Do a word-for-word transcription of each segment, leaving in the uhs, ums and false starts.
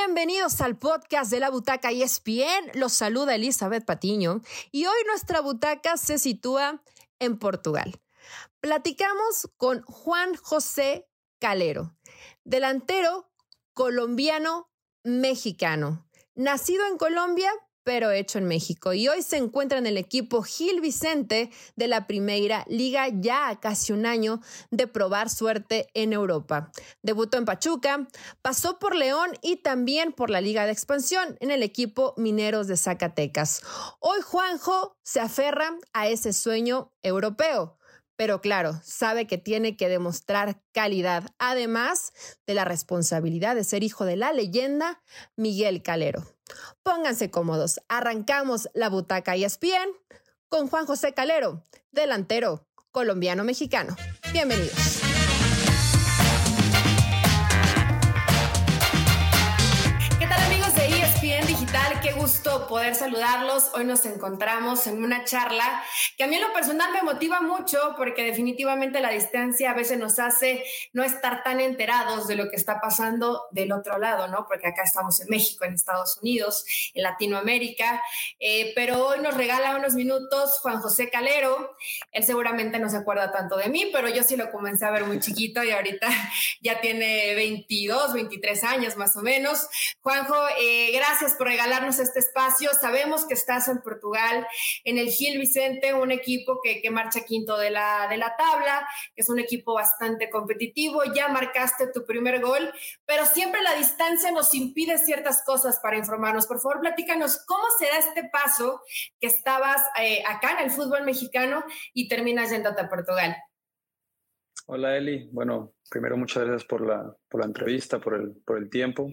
Bienvenidos al podcast de la Butaca E S P N. Los saluda Elizabeth Patiño y hoy nuestra butaca se sitúa en Portugal. Platicamos con Juan José Calero, delantero colombiano-mexicano, nacido en Colombia pero hecho en México, y hoy se encuentra en el equipo Gil Vicente de la Primeira Liga, ya a casi un año de probar suerte en Europa. Debutó en Pachuca, pasó por León y también por la Liga de Expansión en el equipo Mineros de Zacatecas. Hoy Juanjo se aferra a ese sueño europeo, pero claro, sabe que tiene que demostrar calidad, además de la responsabilidad de ser hijo de la leyenda Miguel Calero. Pónganse cómodos, arrancamos la Butaca E S P N con Juan José Calero, delantero colombiano-mexicano. Bienvenidos. ¿Qué tal, amigos de E S P N Digital? Qué gusto poder saludarlos. Hoy nos encontramos en una charla que a mí en lo personal me motiva mucho porque definitivamente la distancia a veces nos hace no estar tan enterados de lo que está pasando del otro lado, ¿no? Porque acá estamos en México, en Estados Unidos, en Latinoamérica, eh, pero hoy nos regala unos minutos Juan José Calero. Él seguramente no se acuerda tanto de mí, pero yo sí lo comencé a ver muy chiquito y ahorita ya tiene veintidós, veintitrés años más o menos. Juanjo, eh, gracias por regalarnos este espacio. Sabemos que estás en Portugal, en el Gil Vicente, un equipo que, que marcha quinto de la, de la tabla, que es un equipo bastante competitivo. Ya marcaste tu primer gol, pero siempre la distancia nos impide ciertas cosas para informarnos. Por favor, platícanos cómo se da este paso que estabas eh, acá en el fútbol mexicano y terminas yéndote a Portugal. Hola, Eli. Bueno, primero muchas gracias por la, por la entrevista, por el, por el tiempo.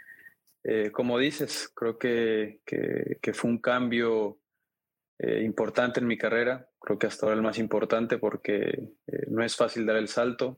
Eh, como dices, creo que, que, que fue un cambio eh, importante en mi carrera. Creo que hasta ahora el más importante porque eh, no es fácil dar el salto,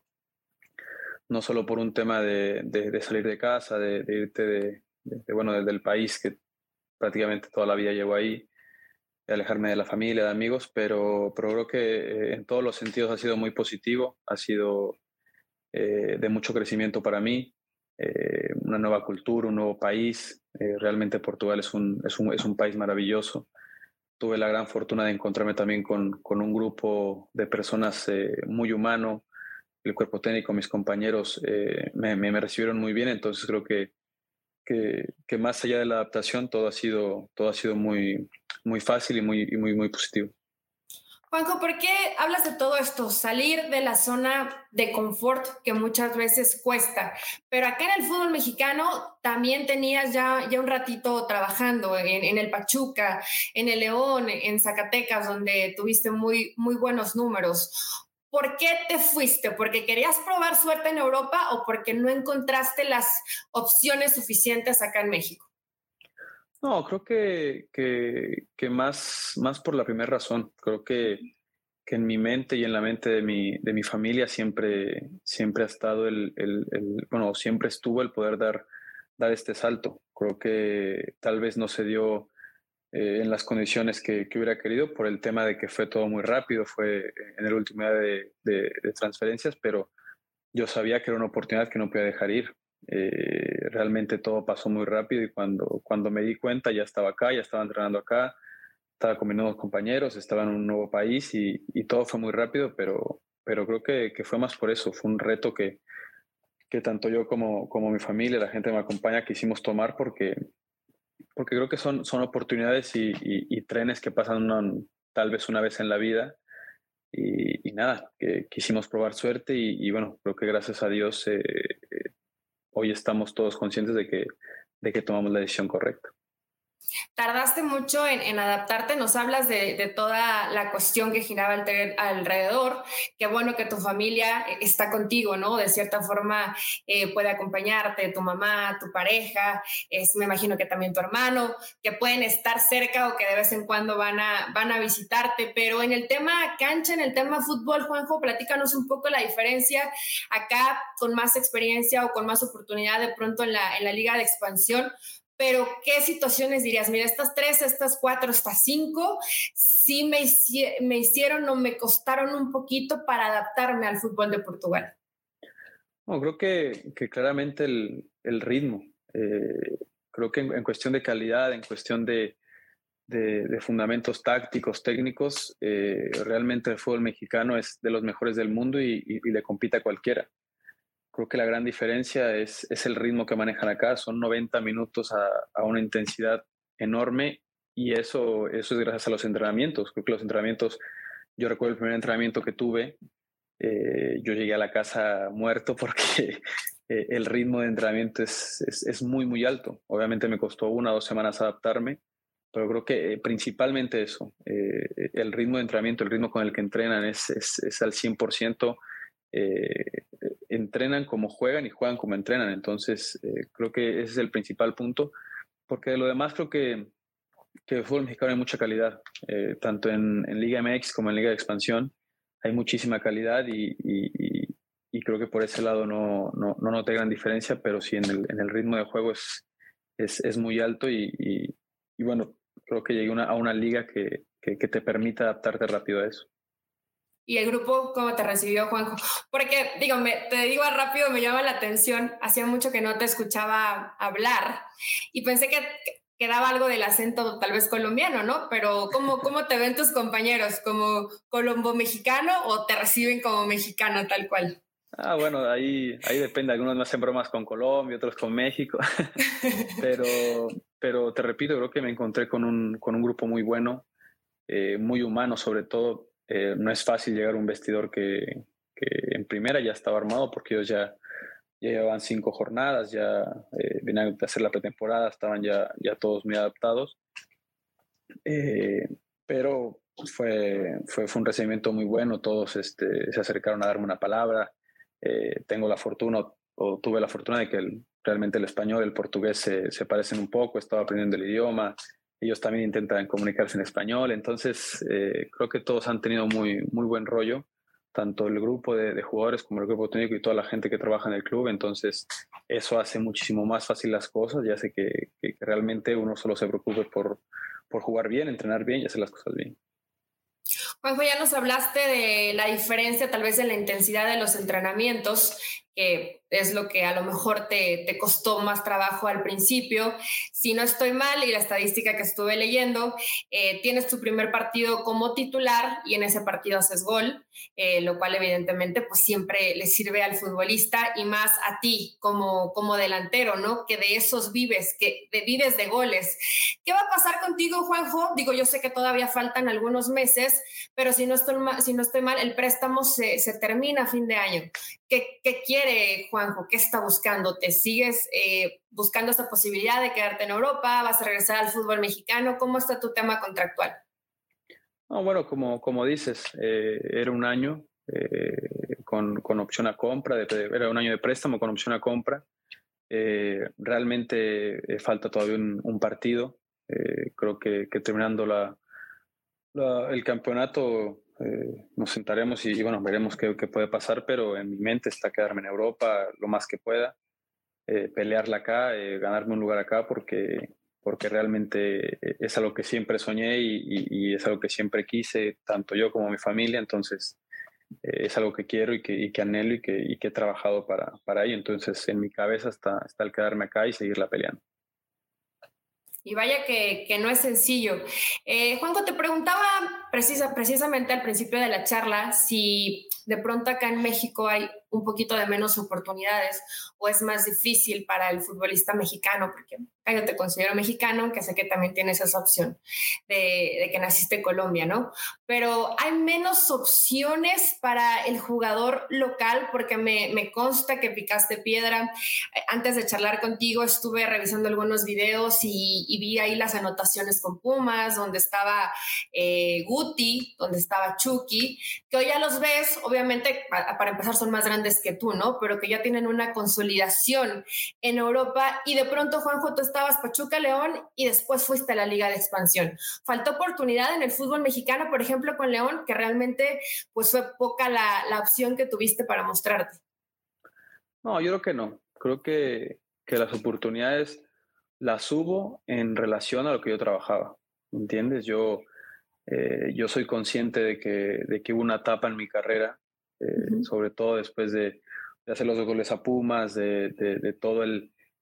no solo por un tema de, de, de salir de casa, de, de irte de, de, de, bueno, desde el país que prácticamente toda la vida llevo ahí, de alejarme de la familia, de amigos, pero, pero creo que eh, en todos los sentidos ha sido muy positivo, ha sido eh, de mucho crecimiento para mí. Eh, una nueva cultura, un nuevo país. Eh, realmente Portugal es un, es, un, es un país maravilloso. Tuve la gran fortuna de encontrarme también con, con un grupo de personas eh, muy humano. El cuerpo técnico, mis compañeros eh, me, me, me recibieron muy bien, entonces creo que, que, que más allá de la adaptación todo ha sido, todo ha sido muy, muy fácil y muy, y muy, muy positivo. Juanjo, ¿por qué hablas de todo esto? Salir de la zona de confort que muchas veces cuesta. Pero acá en el fútbol mexicano también tenías ya, ya un ratito trabajando en, en el Pachuca, en el León, en Zacatecas, donde tuviste muy, muy buenos números. ¿Por qué te fuiste? ¿Porque querías probar suerte en Europa o porque no encontraste las opciones suficientes acá en México? No, creo que, que, que más, más por la primera razón. Creo que, que en mi mente y en la mente de mi, de mi familia siempre, siempre ha estado el, el, el, bueno, siempre estuvo el poder dar, dar este salto. Creo que tal vez no se dio eh, en las condiciones que, que hubiera querido por el tema de que fue todo muy rápido, fue en el último día de, de, de transferencias, pero yo sabía que era una oportunidad que no podía dejar ir. Eh, realmente todo pasó muy rápido y cuando, cuando me di cuenta ya estaba acá, ya estaba entrenando acá, estaba con mis nuevos compañeros, estaba en un nuevo país y, y todo fue muy rápido, pero, pero creo que, que fue más por eso, fue un reto que, que tanto yo como, como mi familia, la gente que me acompaña, quisimos tomar porque, porque creo que son, son oportunidades y, y, y trenes que pasan una, tal vez una vez en la vida. Y, y nada, que quisimos probar suerte y, y bueno, creo que gracias a Dios eh, eh, hoy estamos todos conscientes de que, de que tomamos la decisión correcta. Tardaste mucho en, en adaptarte, nos hablas de, de toda la cuestión que giraba alrededor, qué bueno que tu familia está contigo, ¿no? De cierta forma eh, puede acompañarte, tu mamá, tu pareja, es, me imagino que también tu hermano, que pueden estar cerca o que de vez en cuando van a, van a visitarte, pero en el tema cancha, en el tema fútbol, Juanjo, platícanos un poco la diferencia acá con más experiencia o con más oportunidad de pronto en la, en la Liga de Expansión. Pero, ¿qué situaciones dirías? Mira, estas tres, estas cuatro, estas cinco, sí me, hici- me hicieron o me costaron un poquito para adaptarme al fútbol de Portugal. No, creo que, que claramente el, el ritmo, Eh, creo que en, en, cuestión de calidad, en cuestión de, de, de fundamentos tácticos, técnicos, eh, realmente el fútbol mexicano es de los mejores del mundo y, y, y le compite a cualquiera. Creo que la gran diferencia es, es el ritmo que manejan acá. Son noventa minutos a, a una intensidad enorme y eso, eso es gracias a los entrenamientos. Creo que los entrenamientos, yo recuerdo el primer entrenamiento que tuve, eh, yo llegué a la casa muerto porque eh, el ritmo de entrenamiento es, es, es muy, muy alto. Obviamente me costó una o dos semanas adaptarme, pero creo que eh, principalmente eso, eh, el ritmo de entrenamiento, el ritmo con el que entrenan es, es, es al cien por ciento. Eh, entrenan como juegan y juegan como entrenan. Entonces, eh, creo que ese es el principal punto, porque de lo demás creo que, que el fútbol mexicano hay mucha calidad, eh, tanto en, en Liga M X como en Liga de Expansión. Hay muchísima calidad y, y, y, y creo que por ese lado no, no, no noté gran diferencia, pero sí en el, en el ritmo de juego es, es, es muy alto y, y, y bueno, creo que llegué una, a una liga que, que, que te permite adaptarte rápido a eso. ¿Y el grupo cómo te recibió, Juanjo? Porque, digo, me, te digo rápido, me llama la atención. Hacía mucho que no te escuchaba hablar y pensé que quedaba algo del acento tal vez colombiano, ¿no? Pero ¿cómo, cómo te ven tus compañeros? ¿Como colombo-mexicano o te reciben como mexicano tal cual? Ah, bueno, ahí, ahí depende. Algunos me hacen bromas con Colombia, otros con México. pero, pero te repito, creo que me encontré con un, con un grupo muy bueno, eh, muy humano sobre todo. Eh, no es fácil llegar a un vestidor que, que en primera ya estaba armado porque ellos ya, ya llevaban cinco jornadas, ya eh, venían a hacer la pretemporada, estaban ya, ya todos muy adaptados. Eh, pero fue, fue, fue un recibimiento muy bueno, todos este, se acercaron a darme una palabra. Eh, tengo la fortuna, o tuve la fortuna de que el, realmente el español y el portugués se, se parecen un poco, estaba aprendiendo el idioma, ellos también intentan comunicarse en español, entonces eh, creo que todos han tenido muy, muy buen rollo, tanto el grupo de, de jugadores como el grupo técnico y toda la gente que trabaja en el club, entonces eso hace muchísimo más fácil las cosas y hace que, que, que realmente uno solo se preocupe por, por jugar bien, entrenar bien y hacer las cosas bien. Juanjo, ya nos hablaste de la diferencia tal vez en la intensidad de los entrenamientos, que es lo que a lo mejor te, te costó más trabajo al principio. Si no estoy mal, y la estadística que estuve leyendo, eh, tienes tu primer partido como titular y en ese partido haces gol, eh, lo cual evidentemente pues siempre le sirve al futbolista y más a ti como, como delantero, ¿no? Que de esos vives, que de, vives de goles. ¿Qué va a pasar contigo, Juanjo? Digo, yo sé que todavía faltan algunos meses, pero si no estoy mal, si no estoy mal el préstamo se, se termina a fin de año. ¿Qué, qué quiere Juanjo? ¿Qué está buscando? ¿Te sigues eh, buscando esta posibilidad de quedarte en Europa? ¿Vas a regresar al fútbol mexicano? ¿Cómo está tu tema contractual? No, bueno, como, como dices, eh, era un año eh, con, con opción a compra, de, era un año de préstamo con opción a compra. Eh, realmente eh, falta todavía un, un partido. Eh, creo que, que terminando la, la, el campeonato eh, nos sentaremos y, y bueno, veremos qué, qué puede pasar, pero en mi mente está quedarme en Europa lo más que pueda, eh, pelearla acá, eh, ganarme un lugar acá porque, porque realmente es algo que siempre soñé y, y, y es algo que siempre quise, tanto yo como mi familia, entonces eh, es algo que quiero y que, y que anhelo y que, y que he trabajado para, para ello, entonces en mi cabeza está, está el quedarme acá y seguirla peleando. Y vaya que, que no es sencillo. Eh, Juanjo, te preguntaba precisa, precisamente al principio de la charla si de pronto acá en México hay un poquito de menos oportunidades o es más difícil para el futbolista mexicano, porque yo te considero mexicano, aunque sé que también tienes esa opción de, de que naciste en Colombia, ¿no? Pero hay menos opciones para el jugador local, porque me, me consta que picaste piedra. Antes de charlar contigo estuve revisando algunos videos y, y vi ahí las anotaciones con Pumas, donde estaba eh, Guti, donde estaba Chucky, que hoy ya los ves, obviamente, para, para empezar son más grandes que tú, ¿no? Pero que ya tienen una consolidación en Europa y de pronto, Juanjo, tú estabas Pachuca León y después fuiste a la Liga de Expansión. ¿Faltó oportunidad en el fútbol mexicano, por ejemplo, con León, que realmente pues fue poca la, la opción que tuviste para mostrarte? No, yo creo que no. Creo que, que las oportunidades las hubo en relación a lo que yo trabajaba. ¿Entiendes? Yo, eh, yo soy consciente de que, de que hubo una etapa en mi carrera, eh, uh-huh. sobre todo después de, de hacer los goles a Pumas, de, de, de todo el,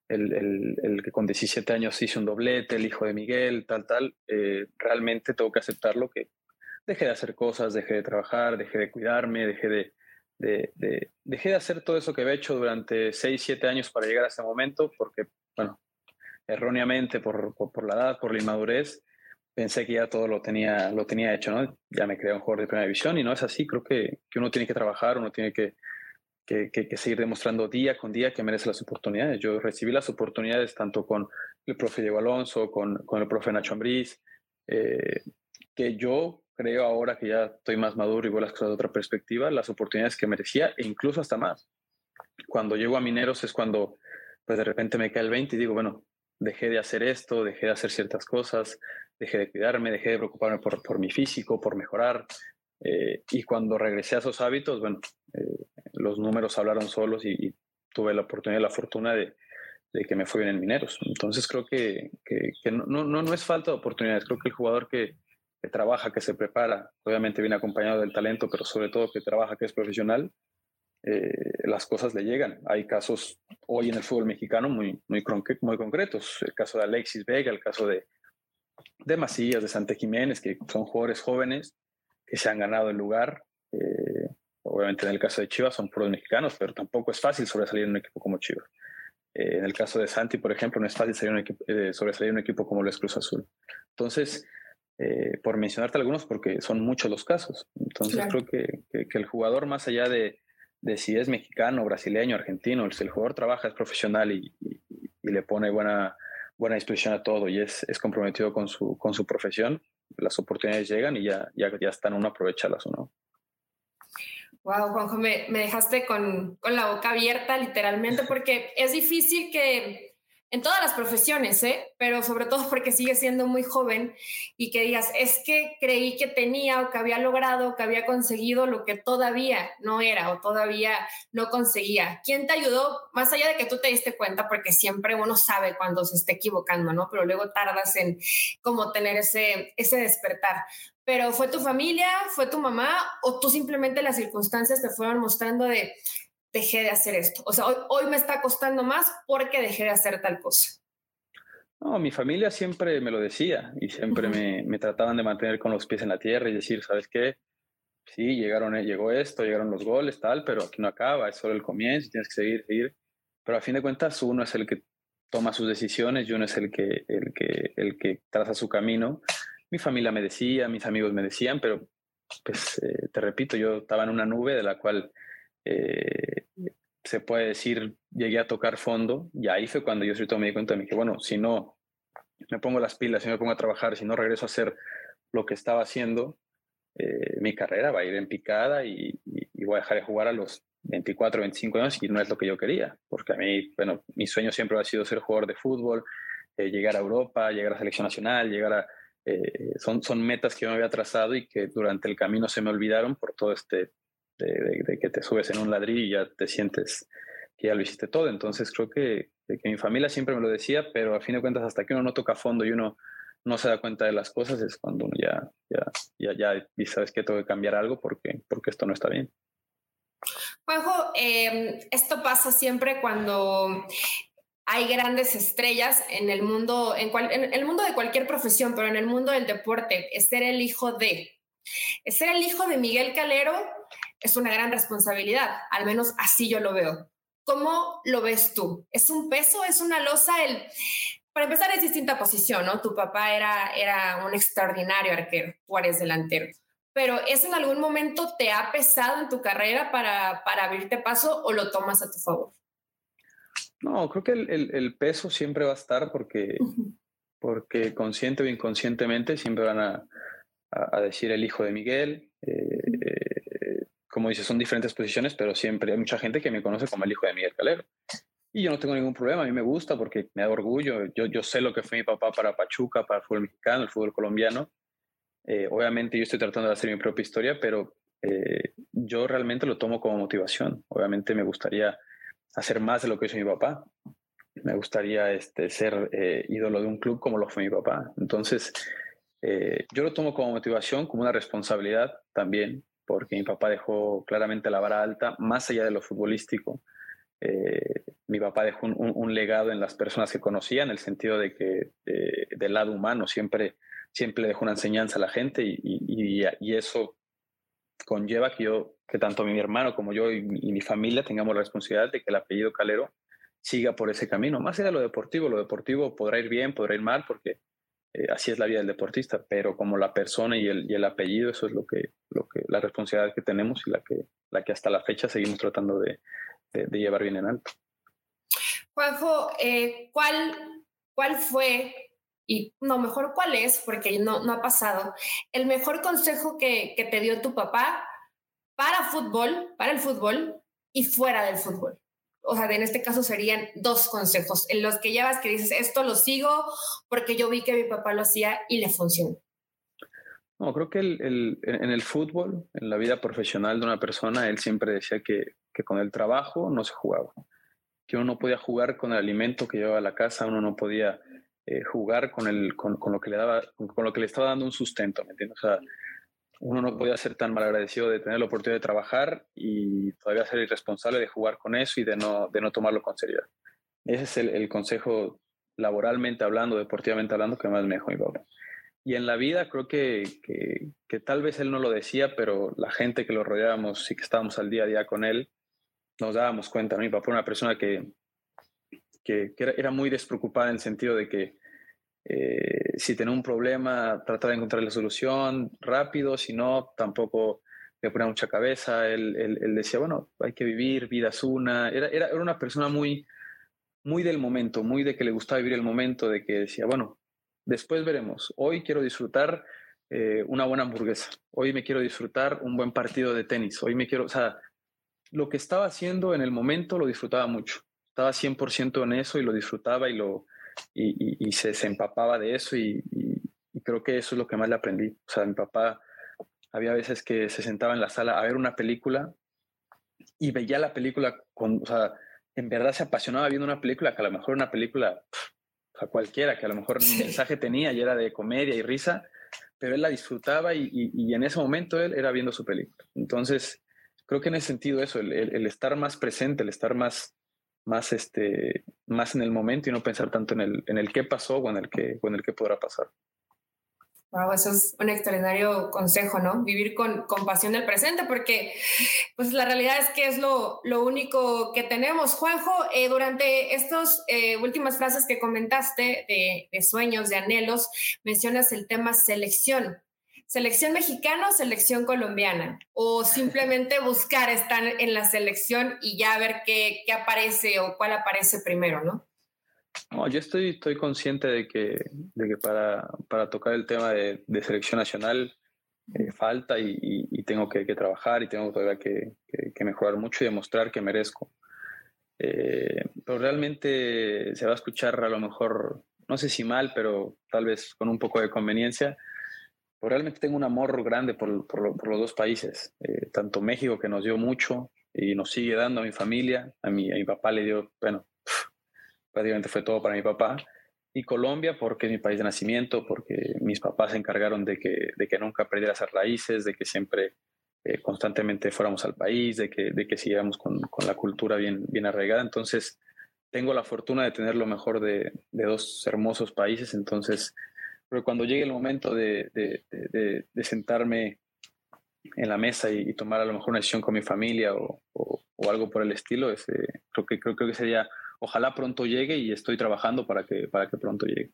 el, el, el que con diecisiete años hice un doblete, el hijo de Miguel, tal, tal, eh, realmente tengo que aceptarlo que dejé de hacer cosas, dejé de trabajar, dejé de cuidarme, dejé de, de, de, dejé de hacer todo eso que había hecho durante seis, siete años para llegar a ese momento, porque, bueno, erróneamente por, por, por la edad, por la inmadurez, pensé que ya todo lo tenía, lo tenía hecho, ¿no? Ya me creé un jugador de primera división y no es así. Creo que, que uno tiene que trabajar, uno tiene que, que, que, que seguir demostrando día con día que merece las oportunidades. Yo recibí las oportunidades tanto con el profe Diego Alonso, con, con el profe Nacho Ambriz, eh, que yo creo ahora que ya estoy más maduro y veo las cosas de otra perspectiva, las oportunidades que merecía e incluso hasta más. Cuando llego a Mineros es cuando pues de repente me cae el veinte y digo, bueno, dejé de hacer esto, dejé de hacer ciertas cosas, dejé de cuidarme, dejé de preocuparme por, por mi físico, por mejorar. Eh, y cuando regresé a esos hábitos, bueno, eh, los números hablaron solos y, y tuve la oportunidad y la fortuna de, de que me fue bien en Mineros. Entonces creo que, que, que no, no, no es falta de oportunidades. Creo que el jugador que, que trabaja, que se prepara, obviamente viene acompañado del talento, pero sobre todo que trabaja, que es profesional, eh, las cosas le llegan. Hay casos hoy en el fútbol mexicano muy, muy, muy concretos. El caso de Alexis Vega, el caso de, de Macías, de Sante Jiménez, que son jugadores jóvenes que se han ganado el lugar. Eh, obviamente en el caso de Chivas son puros mexicanos, pero tampoco es fácil sobresalir en un equipo como Chivas. Eh, en el caso de Santi, por ejemplo, no es fácil salir un equipo, eh, sobresalir un equipo como lo es Cruz Azul. Entonces, eh, por mencionarte algunos, porque son muchos los casos. Entonces, claro. creo que, que, que el jugador, más allá de, de si es mexicano, brasileño, argentino, si el jugador trabaja, es profesional y, y, y le pone buena, buena disposición a todo y es, es comprometido con su, con su profesión, las oportunidades llegan y ya, ya, ya están, uno aprovecharlas o no. Wow, Juanjo, me, me dejaste con, con la boca abierta, literalmente, porque es difícil que en todas las profesiones, ¿eh? Pero sobre todo porque sigues siendo muy joven y que digas, es que creí que tenía o que había logrado o que había conseguido lo que todavía no era o todavía no conseguía. ¿Quién te ayudó? Más allá de que tú te diste cuenta, porque siempre uno sabe cuando se está equivocando, ¿no? Pero luego tardas en como tener ese, ese despertar. Pero ¿fue tu familia, fue tu mamá o tú simplemente las circunstancias te fueron mostrando de dejé de hacer esto? O sea, hoy, hoy me está costando más porque dejé de hacer tal cosa. No, mi familia siempre me lo decía y siempre uh-huh. me, me trataban de mantener con los pies en la tierra y decir, ¿sabes qué? Sí, llegaron, llegó esto, llegaron los goles, tal, pero aquí no acaba, es solo el comienzo, tienes que seguir, seguir. Pero a fin de cuentas uno es el que toma sus decisiones y uno es el que, el que, el que traza su camino. Mi familia me decía, mis amigos me decían, pero pues eh, te repito, yo estaba en una nube de la cual eh, se puede decir llegué a tocar fondo y ahí fue cuando yo me di cuenta de mí que bueno, si no me pongo las pilas, si no me pongo a trabajar, si no regreso a hacer lo que estaba haciendo, eh, mi carrera va a ir en picada y, y, y voy a dejar de jugar a los veinticuatro, veinticinco años y no es lo que yo quería, porque a mí, bueno, mi sueño siempre ha sido ser jugador de fútbol, eh, llegar a Europa, llegar a selección nacional, llegar a Eh, son, son metas que yo me había trazado y que durante el camino se me olvidaron por todo este de, de, de que te subes en un ladrillo y ya te sientes que ya lo hiciste todo. Entonces creo que, que mi familia siempre me lo decía, pero a fin de cuentas hasta que uno no toca fondo y uno no se da cuenta de las cosas es cuando uno ya, ya, ya, ya y sabes que tengo que cambiar algo porque, porque esto no está bien. Juanjo, eh, esto pasa siempre cuando hay grandes estrellas en el mundo, en, cual, en el mundo de cualquier profesión, pero en el mundo del deporte, es ser el hijo de. Ser el hijo de Miguel Calero es una gran responsabilidad, al menos así yo lo veo. ¿Cómo lo ves tú? ¿Es un peso? ¿Es una losa? El, para empezar, es distinta posición, ¿no? Tu papá era, era un extraordinario arquero, tú eres delantero. Pero ¿eso en algún momento te ha pesado en tu carrera para, para abrirte paso o lo tomas a tu favor? No, creo que el, el, el peso siempre va a estar porque, uh-huh. porque consciente o inconscientemente siempre van a, a, a decir el hijo de Miguel. Eh, eh, como dices, son diferentes posiciones, pero siempre hay mucha gente que me conoce como el hijo de Miguel Calero. Y yo no tengo ningún problema, a mí me gusta porque me da orgullo. Yo, yo sé lo que fue mi papá para Pachuca, para el fútbol mexicano, el fútbol colombiano. Eh, obviamente yo estoy tratando de hacer mi propia historia, pero eh, yo realmente lo tomo como motivación. Obviamente me gustaría hacer más de lo que hizo mi papá. Me gustaría este, ser eh, ídolo de un club como lo fue mi papá. Entonces, eh, yo lo tomo como motivación, como una responsabilidad también, porque mi papá dejó claramente la vara alta, más allá de lo futbolístico. eh, mi papá dejó un, un, un, legado en las personas que conocía, en el sentido de que eh, del lado humano siempre, siempre dejó una enseñanza a la gente y, y, y eso conlleva que yo, que tanto mi hermano como yo y mi, y mi familia tengamos la responsabilidad de que el apellido Calero siga por ese camino. Más allá de lo deportivo, lo deportivo podrá ir bien, podrá ir mal, porque eh, así es la vida del deportista, pero como la persona y el, y el apellido, eso es lo que, lo que, la responsabilidad que tenemos y la que, la que hasta la fecha seguimos tratando de, de, de llevar bien en alto. Juanjo, eh, ¿cuál, ¿cuál fue, y no, mejor cuál es, porque no, no ha pasado, el mejor consejo que, que te dio tu papá para fútbol, para el fútbol y fuera del fútbol? O sea, en este caso serían dos consejos, en los que llevas que dices, esto lo sigo porque yo vi que mi papá lo hacía y le funcionó. No, creo que el, el, en el fútbol, en la vida profesional de una persona, él siempre decía que, que con el trabajo no se jugaba, que uno no podía jugar con el alimento que llevaba a la casa, uno no podía eh, jugar con, el, con, con, lo que le daba, con, con lo que le estaba dando un sustento, ¿me entiendes? O sea, uno no podía ser tan malagradecido de tener la oportunidad de trabajar y todavía ser irresponsable de jugar con eso y de no, de no tomarlo con seriedad. Ese es el, el consejo, laboralmente hablando, deportivamente hablando, que más me dejó mi papá. Y en la vida creo que, que, que tal vez él no lo decía, pero la gente que lo rodeábamos y que estábamos al día a día con él, nos dábamos cuenta, ¿no? Mi papá era una persona que, que, que era, era muy despreocupada en el sentido de que eh, si tenía un problema, trataba de encontrar la solución rápido, si no, tampoco le ponía mucha cabeza. Él, él, él decía, bueno, hay que vivir, vida es una. Era, era, era una persona muy, muy del momento, muy de que le gustaba vivir el momento, de que decía, bueno, después veremos. Hoy quiero disfrutar eh, una buena hamburguesa. Hoy me quiero disfrutar un buen partido de tenis. Hoy me quiero, o sea, lo que estaba haciendo en el momento lo disfrutaba mucho. Estaba cien por ciento en eso y lo disfrutaba y, lo, y, y, y se, se empapaba de eso y, y, y creo que eso es lo que más le aprendí. O sea, mi papá había veces que se sentaba en la sala a ver una película y veía la película con, o sea, en verdad se apasionaba viendo una película que a lo mejor una película, pff, o sea, cualquiera, que a lo mejor un mensaje tenía y era de comedia y risa, pero él la disfrutaba y, y, y en ese momento él era viendo su película. Entonces, creo que en ese sentido eso, el, el, el estar más presente, el estar más, más, este, más en el momento y no pensar tanto en el, en el qué pasó o en el qué, o en el qué podrá pasar. Wow, eso es un extraordinario consejo, ¿no? Vivir con, con pasión del presente, porque pues la realidad es que es lo, lo único que tenemos. Juanjo, eh, durante estas eh, últimas frases que comentaste de, de sueños, de anhelos, mencionas el tema selección. ¿Selección mexicana o selección colombiana? ¿O simplemente buscar estar en la selección y ya ver qué, qué aparece o cuál aparece primero, ¿no? No, yo estoy, estoy consciente de que, de que para, para tocar el tema de, de selección nacional eh, falta y, y, y tengo que, que, trabajar y tengo todavía que, que, que mejorar mucho y demostrar que merezco. Eh, pero realmente se va a escuchar a lo mejor, no sé si mal, pero tal vez con un poco de conveniencia. Pero realmente tengo un amor grande por, por, por los dos países, eh, tanto México que nos dio mucho y nos sigue dando a mi familia, a mi, a mi papá le dio, bueno, prácticamente fue todo para mi papá. Y Colombia, porque es mi país de nacimiento, porque mis papás se encargaron de que, de que nunca perdiera esas raíces, de que siempre eh, constantemente fuéramos al país, de que, de que siguiéramos con, con la cultura bien, bien arraigada. Entonces, tengo la fortuna de tener lo mejor de, de dos hermosos países. Entonces, pero cuando llegue el momento de, de, de, de sentarme en la mesa y, y, tomar a lo mejor una decisión con mi familia o, o, o algo por el estilo, ese, creo, que, creo, creo que sería... Ojalá pronto llegue y estoy trabajando para que, para que pronto llegue.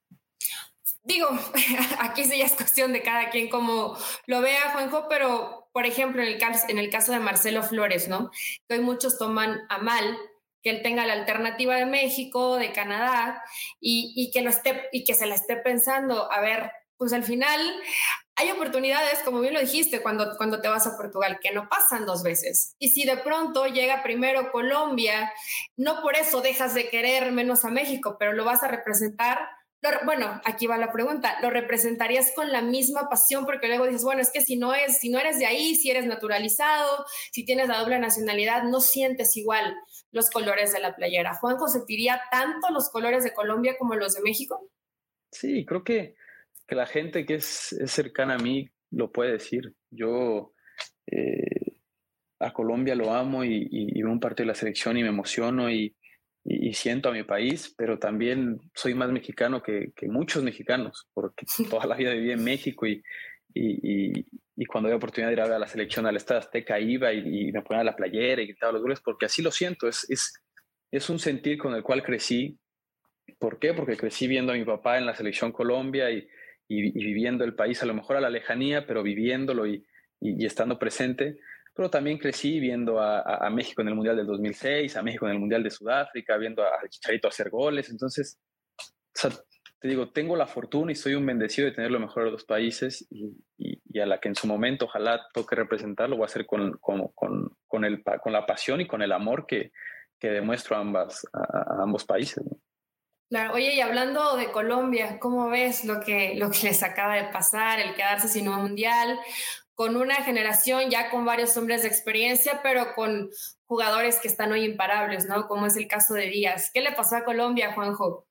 Digo, aquí sí ya es cuestión de cada quien como lo vea, Juanjo, pero por ejemplo, en el, caso, en el caso de Marcelo Flores, ¿no? Que hoy muchos toman a mal que él tenga la alternativa de México, de Canadá, y, y, que, lo esté, y que se la esté pensando. A ver, pues al final hay oportunidades, como bien lo dijiste, cuando, cuando te vas a Portugal, que no pasan dos veces. Y si de pronto llega primero Colombia, no por eso dejas de querer menos a México, pero lo vas a representar. Lo, bueno, aquí va la pregunta, ¿lo representarías con la misma pasión? Porque luego dices, bueno, es que si no, es, si no eres de ahí, si eres naturalizado, si tienes la doble nacionalidad, no sientes igual los colores de la playera. ¿Juanjo sentiría tanto los colores de Colombia como los de México? Sí, creo que que la gente que es, es cercana a mí lo puede decir. Yo, eh, a Colombia lo amo y, y, y veo un partido de la selección y me emociono y, y, y siento a mi país, pero también soy más mexicano que, que muchos mexicanos, porque toda la vida viví en México y, y, y, y cuando había oportunidad de ir a ver a la selección al Estadio Azteca iba y, y me ponía la playera y gritaba los goles, porque así lo siento, es, es, es un sentir con el cual crecí. ¿Por qué? Porque crecí viendo a mi papá en la selección Colombia y, y, y viviendo el país, a lo mejor a la lejanía, pero viviéndolo y, y, y estando presente. Pero también crecí viendo a, a, a México en el Mundial del dos mil seis, a México en el Mundial de Sudáfrica, viendo a Chicharito hacer goles. Entonces, o sea, te digo, tengo la fortuna y soy un bendecido de tener lo mejor de los países y, y, y a la que en su momento ojalá toque representarlo, voy a hacer con, con, con, con, el, con la pasión y con el amor que, que demuestro a, ambas, a, a ambos países, ¿no? Claro, oye, y hablando de Colombia, ¿cómo ves lo que, lo que les acaba de pasar, el quedarse sin un mundial, con una generación ya con varios hombres de experiencia, pero con jugadores que están hoy imparables, ¿no? Como es el caso de Díaz. ¿Qué le pasó a Colombia, Juanjo?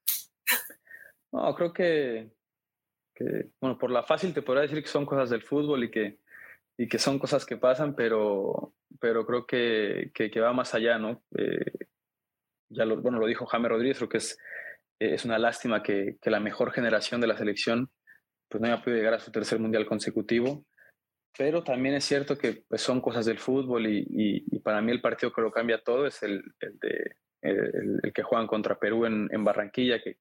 No, creo que, que, bueno, por la fácil te podría decir que son cosas del fútbol y que, y que son cosas que pasan, pero, pero creo que, que, que va más allá, ¿no? Eh, ya lo, bueno, lo dijo James Rodríguez, creo que es, es una lástima que, que la mejor generación de la selección pues no haya podido llegar a su tercer mundial consecutivo, pero también es cierto que pues, son cosas del fútbol y, y, y para mí el partido que lo cambia todo es el, el, de, el, el que juegan contra Perú en, en Barranquilla, que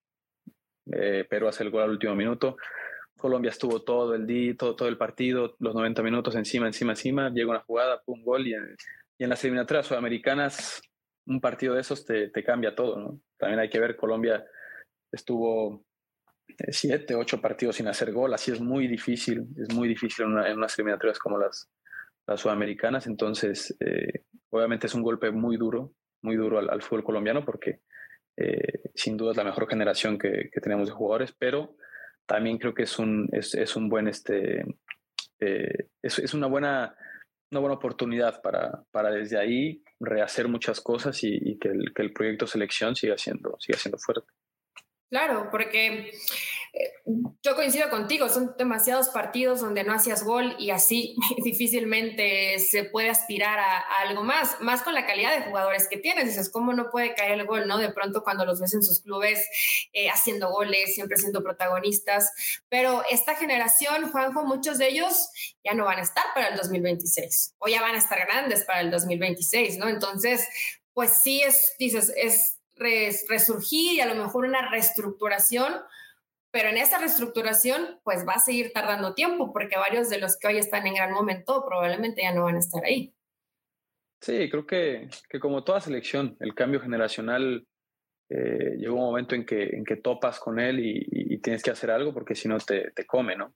eh, Perú hace el gol al último minuto. Colombia estuvo todo el día, todo, todo el partido, los noventa minutos encima, encima, encima, llega una jugada, pum, gol, y en, y en las eliminatorias sudamericanas un partido de esos te, te cambia todo, ¿no? También hay que ver, Colombia estuvo siete, ocho partidos sin hacer gol, así es muy difícil, es muy difícil en, una, en unas eliminatorias como las, las sudamericanas, entonces eh, obviamente es un golpe muy duro, muy duro al, al fútbol colombiano porque eh, sin duda es la mejor generación que, que tenemos de jugadores, pero también creo que es un, es, es un buen, este, eh, es, es una buena, una buena oportunidad para, para desde ahí rehacer muchas cosas y, y que, el, que el proyecto selección siga siendo, siga siendo fuerte. Claro, porque eh, yo coincido contigo, son demasiados partidos donde no hacías gol y así difícilmente se puede aspirar a, a algo más, más con la calidad de jugadores que tienes. Dices, ¿cómo no puede caer el gol, no? De pronto cuando los ves en sus clubes eh, haciendo goles, siempre siendo protagonistas. Pero esta generación, Juanjo, muchos de ellos ya no van a estar para el dos mil veintiséis o ya van a estar grandes para el dos mil veintiséis, ¿no? Entonces, pues sí es, dices, es resurgir y a lo mejor una reestructuración, pero en esa reestructuración pues va a seguir tardando tiempo porque varios de los que hoy están en gran momento probablemente ya no van a estar ahí. Sí, creo que, que como toda selección, el cambio generacional eh, llegó un momento en que, en que topas con él y, y, y tienes que hacer algo porque si no te, te come, ¿no?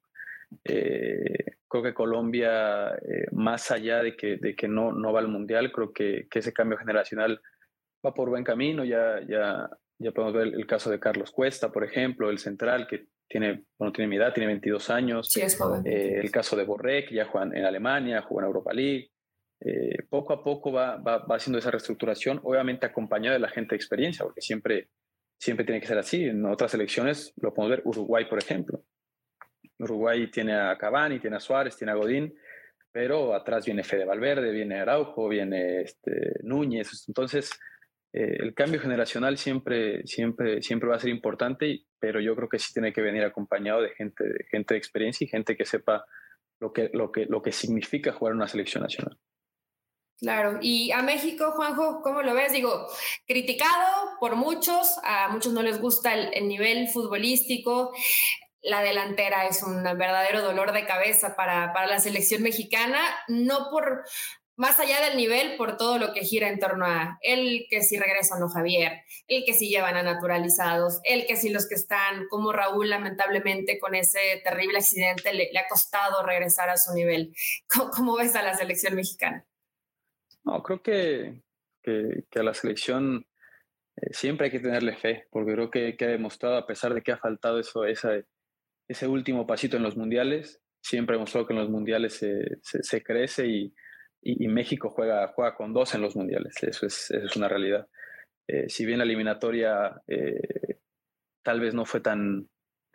Eh, creo que Colombia, eh, más allá de que, de que no, no va al Mundial, creo que, que ese cambio generacional va por buen camino. Ya, ya, ya podemos ver el caso de Carlos Cuesta, por ejemplo, el central que tiene, bueno, tiene mi edad, tiene veintidós años. Sí, es joven. Eh, el caso de Borré, que ya juega en Alemania, juega en Europa League. Eh, poco a poco va, va, va haciendo esa reestructuración, obviamente acompañado de la gente de experiencia, porque siempre, siempre tiene que ser así. En otras selecciones lo podemos ver, Uruguay, por ejemplo. Uruguay tiene a Cavani, tiene a Suárez, tiene a Godín, pero atrás viene Fede Valverde, viene Araujo, viene este, Núñez. Entonces, eh, el cambio generacional siempre, siempre, siempre va a ser importante, pero yo creo que sí tiene que venir acompañado de gente, de gente de experiencia y gente que sepa lo que, lo que, lo que significa jugar en una selección nacional. Claro, y a México, Juanjo, ¿cómo lo ves? Digo, criticado por muchos, a muchos no les gusta el, el nivel futbolístico, la delantera es un verdadero dolor de cabeza para, para la selección mexicana, no por, más allá del nivel, por todo lo que gira en torno a el que si regresa o no Javier, el que si llevan a naturalizados, el que si los que están, como Raúl, lamentablemente con ese terrible accidente le, le ha costado regresar a su nivel. ¿Cómo, cómo ves a la selección mexicana? No, creo que, que, que a la selección eh, siempre hay que tenerle fe, porque creo que, que ha demostrado, a pesar de que ha faltado eso, esa, ese último pasito en los mundiales, siempre ha demostrado que en los mundiales se, se, se crece y, y, y, México juega, juega con dos en los mundiales, eso es, eso es una realidad. Eh, si bien la eliminatoria eh, tal vez no fue tan,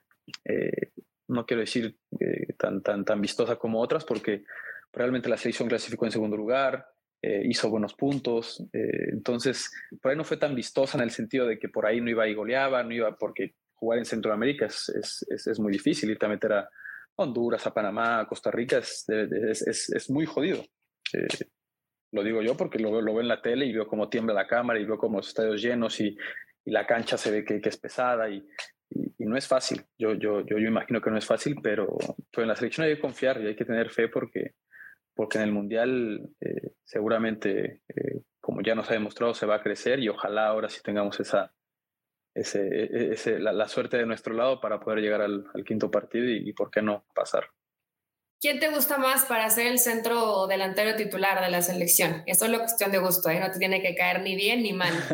eh, no quiero decir eh, tan, tan, tan vistosa como otras, porque realmente la selección clasificó en segundo lugar, eh, hizo buenos puntos. Eh, entonces, por ahí no fue tan vistosa en el sentido de que por ahí no iba y goleaba, no iba porque jugar en Centroamérica es, es, es, es muy difícil. Irte a meter a Honduras, a Panamá, a Costa Rica es, es, es, es muy jodido. Eh, lo digo yo porque lo, lo veo en la tele y veo cómo tiembla la cámara y veo cómo los estadios llenos y, y la cancha se ve que, que es pesada y, y, y, no es fácil. Yo, yo, yo, yo imagino que no es fácil, pero, pero en la selección hay que confiar y hay que tener fe porque, porque en el Mundial eh, seguramente, eh, como ya nos ha demostrado, se va a crecer y ojalá ahora sí tengamos esa, ese, ese, la, la suerte de nuestro lado para poder llegar al, al quinto partido y, y por qué no pasar. ¿Quién te gusta más para ser el centro delantero titular de la selección? Eso es lo cuestión de gusto, ¿eh? No te tiene que caer ni bien ni mal.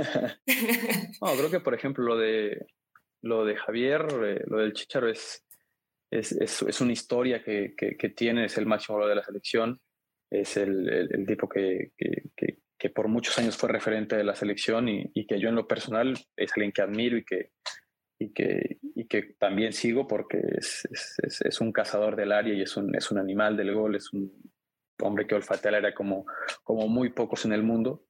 No, creo que, por ejemplo, lo de, lo de Javier, eh, lo del Chícharo es, es, es, es una historia que, que, que tiene, es el máximo valor de la selección, es el, el, el tipo que, que, que, que por muchos años fue referente de la selección y, y que yo en lo personal es alguien que admiro y que, y que, y que también sigo porque es, es, es un cazador del área y es un, es un animal del gol, es un hombre que olfatea el área como, como muy pocos en el mundo.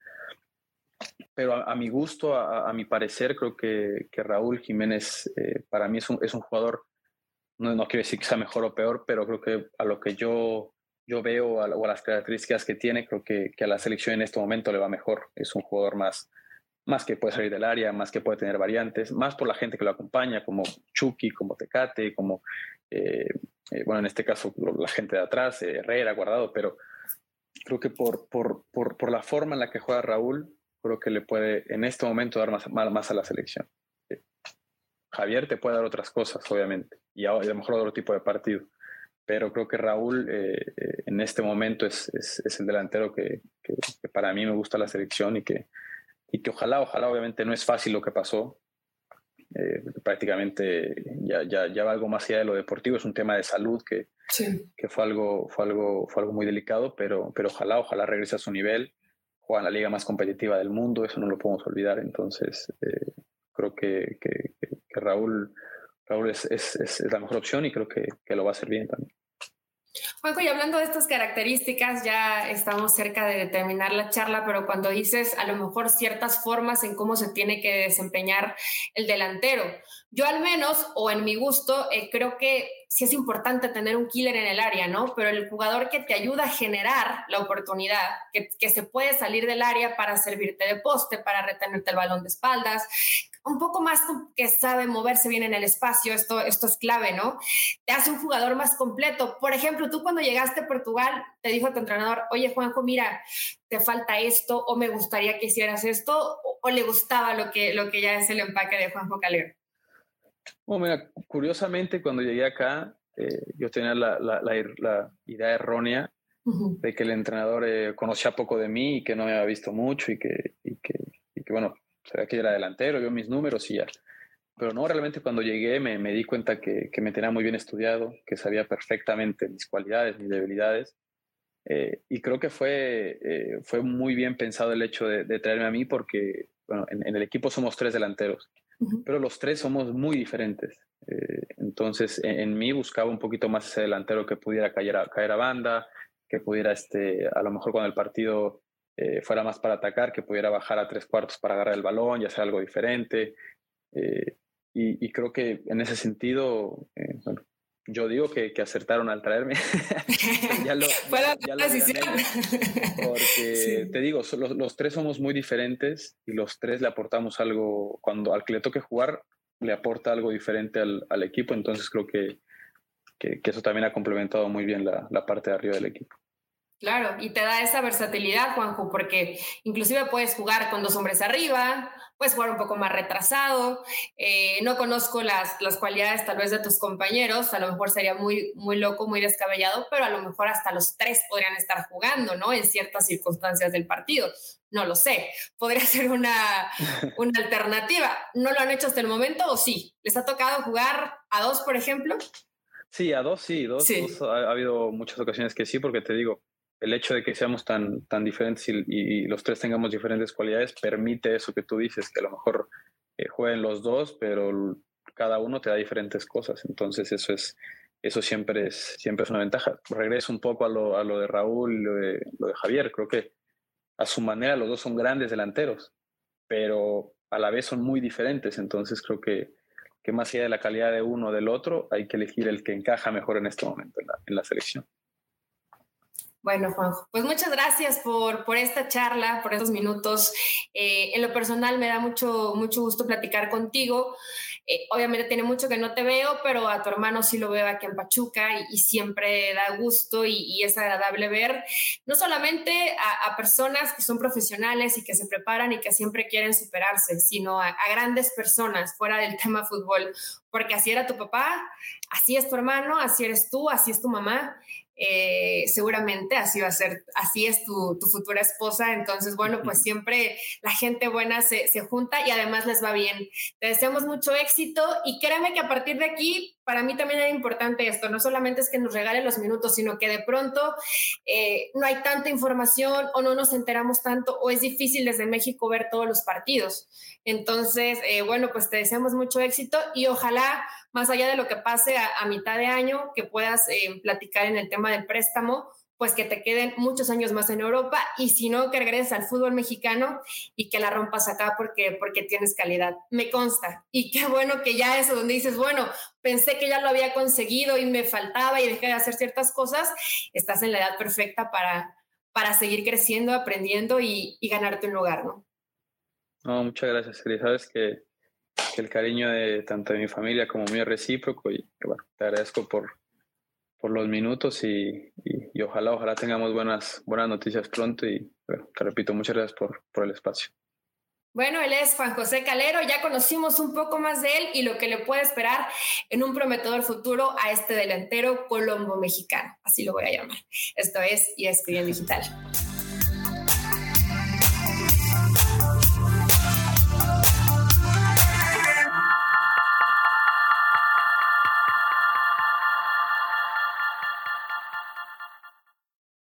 Pero a, a mi gusto, a, a, mi parecer, creo que, que Raúl Jiménez eh, para mí es un, es un jugador, no, no quiero decir que sea mejor o peor, pero creo que a lo que yo, yo veo a, o a las características que tiene, creo que, que a la selección en este momento le va mejor. Es un jugador más, más que puede salir del área, más que puede tener variantes, más por la gente que lo acompaña, como Chucky, como Tecate, como, eh, eh, bueno, en este caso la gente de atrás, eh, Herrera, Guardado, pero creo que por, por, por, por la forma en la que juega Raúl, creo que le puede en este momento dar más, más, más a la selección. Eh, Javier te puede dar otras cosas, obviamente, y a, y a lo mejor otro tipo de partido, pero creo que Raúl eh, eh, en este momento es, es, es el delantero que, que, que para mí me gusta la selección y que y que ojalá, ojalá, obviamente no es fácil lo que pasó, eh, prácticamente ya, ya, ya va algo más allá de lo deportivo, es un tema de salud que, sí. que fue, algo, fue, algo, fue algo muy delicado, pero, pero ojalá, ojalá regrese a su nivel, juega en la liga más competitiva del mundo, eso no lo podemos olvidar, entonces eh, creo que, que, que Raúl, Raúl es, es, es, la mejor opción y creo que, que lo va a hacer bien también. Juanjo, y hablando de estas características, ya estamos cerca de terminar la charla, pero cuando dices a lo mejor ciertas formas en cómo se tiene que desempeñar el delantero, yo al menos, o en mi gusto, eh, creo que sí es importante tener un killer en el área, ¿no? Pero el jugador que te ayuda a generar la oportunidad, que, que se puede salir del área para servirte de poste, para retenerte el balón de espaldas, un poco más que sabe moverse bien en el espacio, esto, esto es clave, ¿no? Te hace un jugador más completo. Por ejemplo, tú cuando llegaste a Portugal, te dijo tu entrenador, oye, Juanjo, mira, te falta esto, o me gustaría que hicieras esto, o, o le gustaba lo que, lo que ya es el empaque de Juanjo Calero. Bueno, mira, curiosamente cuando llegué acá, eh, yo tenía la, la, la, la idea errónea uh-huh. de que el entrenador eh, conocía poco de mí y que no me había visto mucho y que, y que, y que bueno, sabía que era delantero, vio mis números y ya. Pero no, realmente cuando llegué me, me di cuenta que, que me tenía muy bien estudiado, que sabía perfectamente mis cualidades, mis debilidades. Eh, y creo que fue, eh, fue muy bien pensado el hecho de, de traerme a mí porque, bueno, en, en el equipo somos tres delanteros, uh-huh. pero los tres somos muy diferentes. Eh, entonces, en, en mí buscaba un poquito más ese delantero que pudiera caer a, caer a banda, que pudiera, este, a lo mejor cuando el partido eh, fuera más para atacar, que pudiera bajar a tres cuartos para agarrar el balón y hacer algo diferente. Eh, y, y creo que en ese sentido, eh, bueno, yo digo que, que acertaron al traerme. ya lo, Fue la ya, ya decisión. Porque sí. Te digo, los, los tres somos muy diferentes y los tres le aportamos algo, cuando al que le toque jugar, le aporta algo diferente al, al equipo. Entonces creo que, que, que eso también ha complementado muy bien la, la parte de arriba del equipo. Claro, y te da esa versatilidad, Juanjo, porque inclusive puedes jugar con dos hombres arriba, puedes jugar un poco más retrasado. Eh, no conozco las, las cualidades tal vez de tus compañeros, a lo mejor sería muy, muy loco, muy descabellado, pero a lo mejor hasta los tres podrían estar jugando, ¿no? En ciertas circunstancias del partido. No lo sé, podría ser una, una alternativa. ¿No lo han hecho hasta el momento o sí? ¿Les ha tocado jugar a dos, por ejemplo? Sí, a dos sí, dos, sí. dos ha, ha habido muchas ocasiones que sí, porque te digo, el hecho de que seamos tan, tan diferentes y, y, los tres tengamos diferentes cualidades permite eso que tú dices, que a lo mejor eh, jueguen los dos, pero cada uno te da diferentes cosas. Entonces eso es eso siempre es, siempre es una ventaja. Regreso un poco a lo, a lo de Raúl y lo de, lo de Javier. Creo que a su manera los dos son grandes delanteros, pero a la vez son muy diferentes. Entonces creo que, que más allá de la calidad de uno o del otro, hay que elegir el que encaja mejor en este momento en la, en la selección. Bueno, Juanjo, pues muchas gracias por, por esta charla, por estos minutos. Eh, en lo personal me da mucho, mucho gusto platicar contigo. Eh, obviamente tiene mucho que no te veo, pero a tu hermano sí lo veo aquí en Pachuca y, y siempre da gusto y, y es agradable ver no solamente a, a personas que son profesionales y que se preparan y que siempre quieren superarse, sino a, a grandes personas fuera del tema fútbol, porque así era tu papá, así es tu hermano, así eres tú, así es tu mamá. Eh, seguramente así va a ser, así es tu, tu futura esposa. Entonces, bueno, pues siempre la gente buena se, se junta y además les va bien. Te deseamos mucho éxito y créeme que a partir de aquí, para mí también era importante esto, no solamente es que nos regalen los minutos, sino que de pronto eh, no hay tanta información o no nos enteramos tanto o es difícil desde México ver todos los partidos. Entonces, eh, bueno, pues te deseamos mucho éxito y ojalá, más allá de lo que pase a, a mitad de año, que puedas eh, platicar en el tema del préstamo, pues que te queden muchos años más en Europa y si no, que regreses al fútbol mexicano y que la rompas acá porque, porque tienes calidad. Me consta. Y qué bueno que ya eso donde dices, bueno, pensé que ya lo había conseguido y me faltaba y dejé de hacer ciertas cosas, estás en la edad perfecta para, para seguir creciendo, aprendiendo y, y ganarte un lugar, ¿no? No, muchas gracias, Eli. Sabes que, que el cariño de tanto de mi familia como mío es recíproco y bueno, te agradezco por, por los minutos y, y, y ojalá, ojalá tengamos buenas, buenas noticias pronto y bueno, te repito, muchas gracias por, por el espacio. Bueno, él es Juan José Calero, ya conocimos un poco más de él y lo que le puede esperar en un prometedor futuro a este delantero colombo-mexicano, así lo voy a llamar. Esto es E S P N Digital.